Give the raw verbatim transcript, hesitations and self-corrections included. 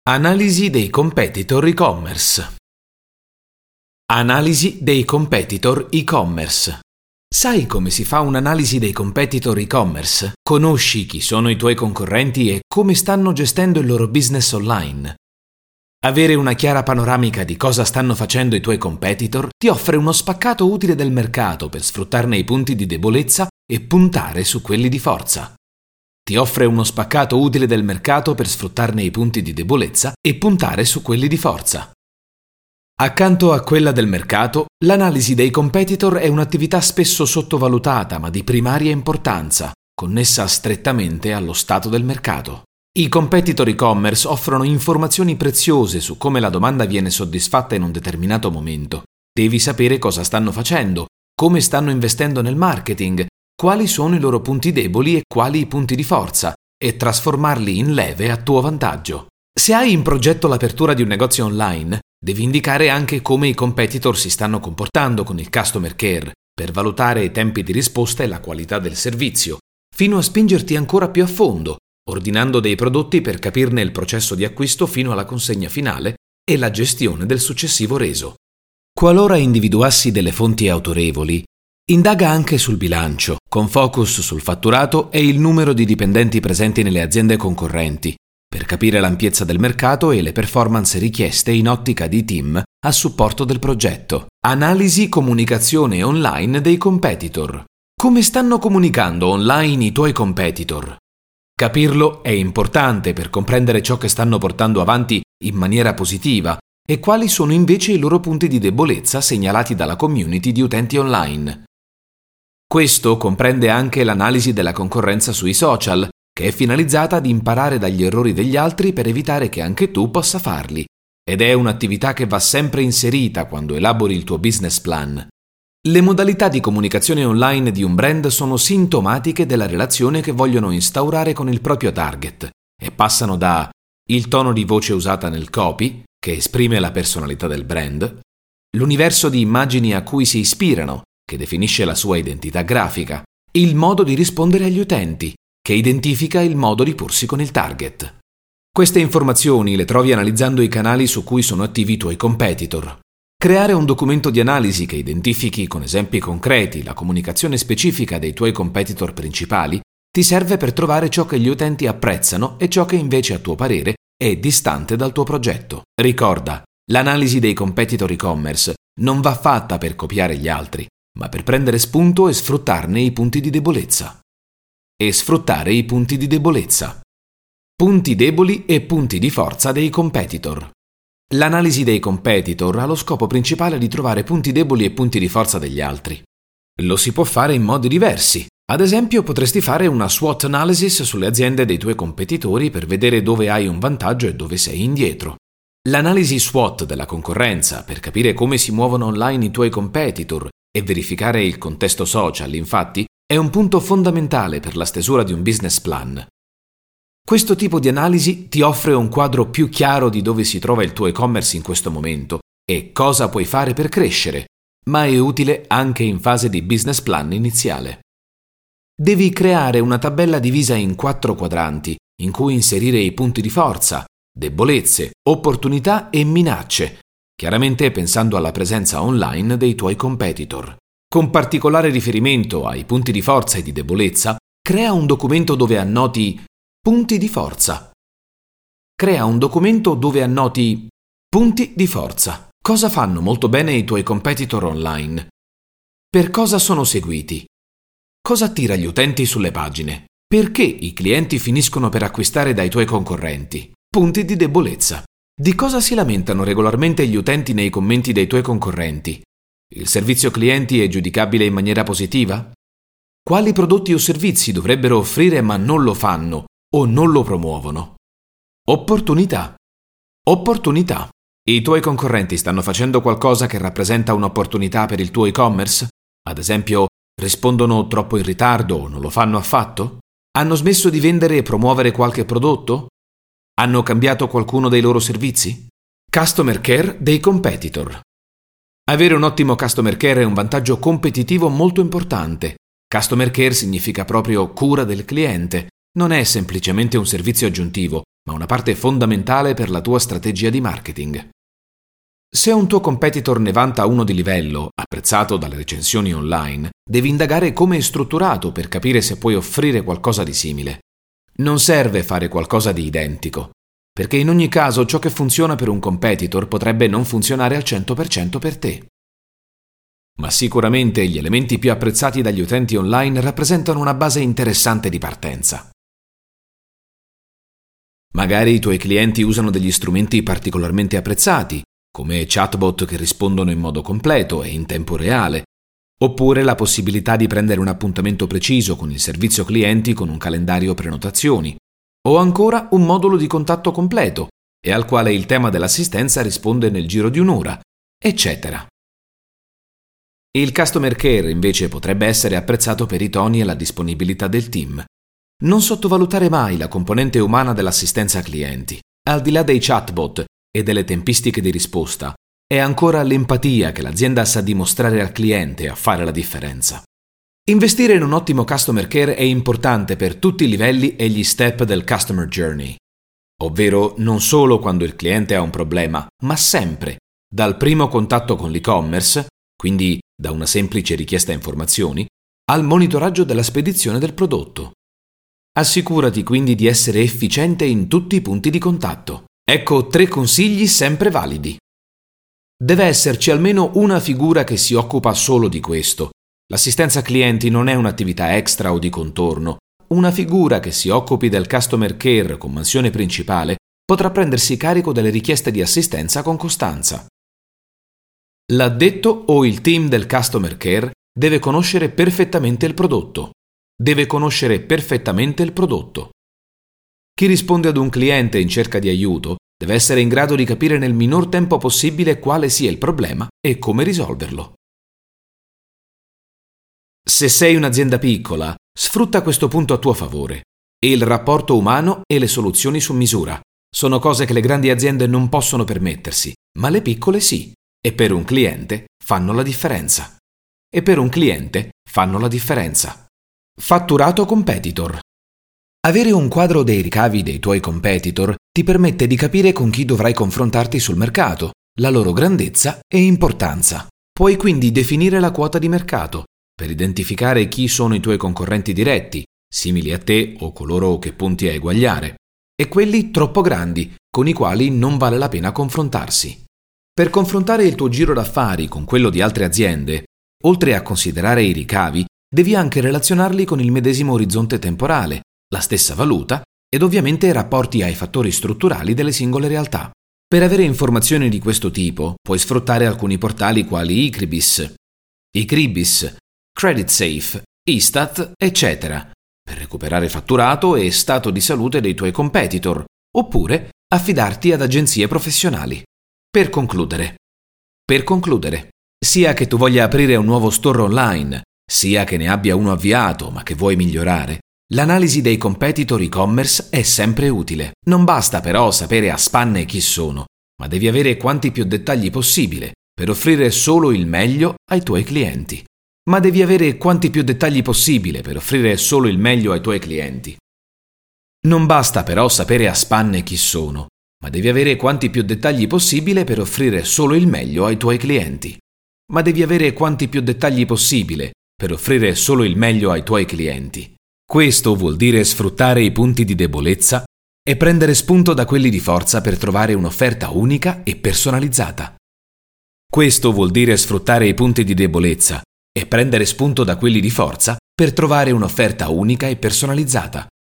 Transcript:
Analisi dei competitor e-commerce. Analisi dei competitor e-commerce. Sai come si fa un'analisi dei competitor e-commerce? Conosci chi sono i tuoi concorrenti e come stanno gestendo il loro business online. Avere una chiara panoramica di cosa stanno facendo i tuoi competitor ti offre uno spaccato utile del mercato per sfruttarne i punti di debolezza e puntare su quelli di forza. Ti offre uno spaccato utile del mercato per sfruttarne i punti di debolezza e puntare su quelli di forza. Accanto a quella del mercato, l'analisi dei competitor è un'attività spesso sottovalutata ma di primaria importanza, connessa strettamente allo stato del mercato. I competitor e-commerce offrono informazioni preziose su come la domanda viene soddisfatta in un determinato momento. Devi sapere cosa stanno facendo, come stanno investendo nel marketing, quali sono i loro punti deboli e quali i punti di forza, e trasformarli in leve a tuo vantaggio. Se hai in progetto l'apertura di un negozio online, devi indicare anche come i competitor si stanno comportando con il customer care, per valutare i tempi di risposta e la qualità del servizio, fino a spingerti ancora più a fondo, ordinando dei prodotti per capirne il processo di acquisto fino alla consegna finale e la gestione del successivo reso. Qualora individuassi delle fonti autorevoli, indaga anche sul bilancio, con focus sul fatturato e il numero di dipendenti presenti nelle aziende concorrenti, per capire l'ampiezza del mercato e le performance richieste in ottica di team a supporto del progetto. Analisi comunicazione online dei competitor. Come stanno comunicando online i tuoi competitor? Capirlo è importante per comprendere ciò che stanno portando avanti in maniera positiva e quali sono invece i loro punti di debolezza segnalati dalla community di utenti online. Questo comprende anche l'analisi della concorrenza sui social, che è finalizzata ad imparare dagli errori degli altri per evitare che anche tu possa farli, ed è un'attività che va sempre inserita quando elabori il tuo business plan. Le modalità di comunicazione online di un brand sono sintomatiche della relazione che vogliono instaurare con il proprio target e passano da il tono di voce usata nel copy, che esprime la personalità del brand, l'universo di immagini a cui si ispirano, che definisce la sua identità grafica, il modo di rispondere agli utenti, che identifica il modo di porsi con il target. Queste informazioni le trovi analizzando i canali su cui sono attivi i tuoi competitor. Creare un documento di analisi che identifichi con esempi concreti la comunicazione specifica dei tuoi competitor principali ti serve per trovare ciò che gli utenti apprezzano e ciò che invece a tuo parere è distante dal tuo progetto. Ricorda, l'analisi dei competitor e-commerce non va fatta per copiare gli altri, ma per prendere spunto e sfruttarne i punti di debolezza. E sfruttare i punti di debolezza. Punti deboli e punti di forza dei competitor. L'analisi dei competitor ha lo scopo principale di trovare punti deboli e punti di forza degli altri. Lo si può fare in modi diversi. Ad esempio, potresti fare una SWOT analysis sulle aziende dei tuoi competitori per vedere dove hai un vantaggio e dove sei indietro. L'analisi SWOT della concorrenza per capire come si muovono online i tuoi competitor e verificare il contesto social, infatti, è un punto fondamentale per la stesura di un business plan. Questo tipo di analisi ti offre un quadro più chiaro di dove si trova il tuo e-commerce in questo momento e cosa puoi fare per crescere, ma è utile anche in fase di business plan iniziale. Devi creare una tabella divisa in quattro quadranti in cui inserire i punti di forza, debolezze, opportunità e minacce, chiaramente pensando alla presenza online dei tuoi competitor. Con particolare riferimento ai punti di forza e di debolezza, crea un documento dove annoti punti di forza. Crea un documento dove annoti punti di forza. Cosa fanno molto bene i tuoi competitor online? Per cosa sono seguiti? Cosa attira gli utenti sulle pagine? Perché i clienti finiscono per acquistare dai tuoi concorrenti? Punti di debolezza. Di cosa si lamentano regolarmente gli utenti nei commenti dei tuoi concorrenti? Il servizio clienti è giudicabile in maniera positiva? Quali prodotti o servizi dovrebbero offrire ma non lo fanno o non lo promuovono? Opportunità. Opportunità. I tuoi concorrenti stanno facendo qualcosa che rappresenta un'opportunità per il tuo e-commerce? Ad esempio, rispondono troppo in ritardo o non lo fanno affatto? Hanno smesso di vendere e promuovere qualche prodotto? Hanno cambiato qualcuno dei loro servizi? Customer care dei competitor. Avere un ottimo customer care è un vantaggio competitivo molto importante. Customer care significa proprio cura del cliente. Non è semplicemente un servizio aggiuntivo, ma una parte fondamentale per la tua strategia di marketing. Se un tuo competitor ne vanta uno di livello, apprezzato dalle recensioni online, devi indagare come è strutturato per capire se puoi offrire qualcosa di simile. Non serve fare qualcosa di identico, perché in ogni caso ciò che funziona per un competitor potrebbe non funzionare al cento per cento per te. Ma sicuramente gli elementi più apprezzati dagli utenti online rappresentano una base interessante di partenza. Magari i tuoi clienti usano degli strumenti particolarmente apprezzati, come chatbot che rispondono in modo completo e in tempo reale, oppure la possibilità di prendere un appuntamento preciso con il servizio clienti con un calendario prenotazioni, o ancora un modulo di contatto completo e al quale il tema dell'assistenza risponde nel giro di un'ora, eccetera. Il customer care invece potrebbe essere apprezzato per i toni e la disponibilità del team. Non sottovalutare mai la componente umana dell'assistenza clienti. Al di là dei chatbot e delle tempistiche di risposta, è ancora l'empatia che l'azienda sa dimostrare al cliente a fare la differenza. Investire in un ottimo customer care è importante per tutti i livelli e gli step del customer journey, ovvero non solo quando il cliente ha un problema, ma sempre, dal primo contatto con l'e-commerce, quindi da una semplice richiesta informazioni, al monitoraggio della spedizione del prodotto. Assicurati quindi di essere efficiente in tutti i punti di contatto. Ecco tre consigli sempre validi. Deve esserci almeno una figura che si occupa solo di questo. L'assistenza clienti non è un'attività extra o di contorno. Una figura che si occupi del customer care con mansione principale potrà prendersi carico delle richieste di assistenza con costanza. L'addetto o il team del customer care deve conoscere perfettamente il prodotto. Deve conoscere perfettamente il prodotto. Chi risponde ad un cliente in cerca di aiuto deve essere in grado di capire nel minor tempo possibile quale sia il problema e come risolverlo. Se sei un'azienda piccola, sfrutta questo punto a tuo favore. Il rapporto umano e le soluzioni su misura sono cose che le grandi aziende non possono permettersi, ma le piccole sì. E per un cliente fanno la differenza. E per un cliente fanno la differenza. Fatturato competitor. Avere un quadro dei ricavi dei tuoi competitor ti permette di capire con chi dovrai confrontarti sul mercato, la loro grandezza e importanza. Puoi quindi definire la quota di mercato per identificare chi sono i tuoi concorrenti diretti, simili a te o coloro che punti a eguagliare, e quelli troppo grandi, con i quali non vale la pena confrontarsi. Per confrontare il tuo giro d'affari con quello di altre aziende, oltre a considerare i ricavi, devi anche relazionarli con il medesimo orizzonte temporale, la stessa valuta ed ovviamente rapporti ai fattori strutturali delle singole realtà. Per avere informazioni di questo tipo, puoi sfruttare alcuni portali quali Icribis, Icribis, CreditSafe, Istat, eccetera, per recuperare fatturato e stato di salute dei tuoi competitor, oppure affidarti ad agenzie professionali. Per concludere. Per concludere, sia che tu voglia aprire un nuovo store online, sia che ne abbia uno avviato ma che vuoi migliorare, l'analisi dei competitor e-commerce è sempre utile. Non basta però sapere a spanne chi sono, ma devi avere quanti più dettagli possibile per offrire solo il meglio ai tuoi clienti. Ma devi avere quanti più dettagli possibile per offrire solo il meglio ai tuoi clienti. Non basta però sapere a spanne chi sono, ma devi avere quanti più dettagli possibile per offrire solo il meglio ai tuoi clienti. Ma devi avere quanti più dettagli possibile per offrire solo il meglio ai tuoi clienti. Questo vuol dire sfruttare i punti di debolezza e prendere spunto da quelli di forza per trovare un'offerta unica e personalizzata. Questo vuol dire sfruttare i punti di debolezza e prendere spunto da quelli di forza per trovare un'offerta unica e personalizzata.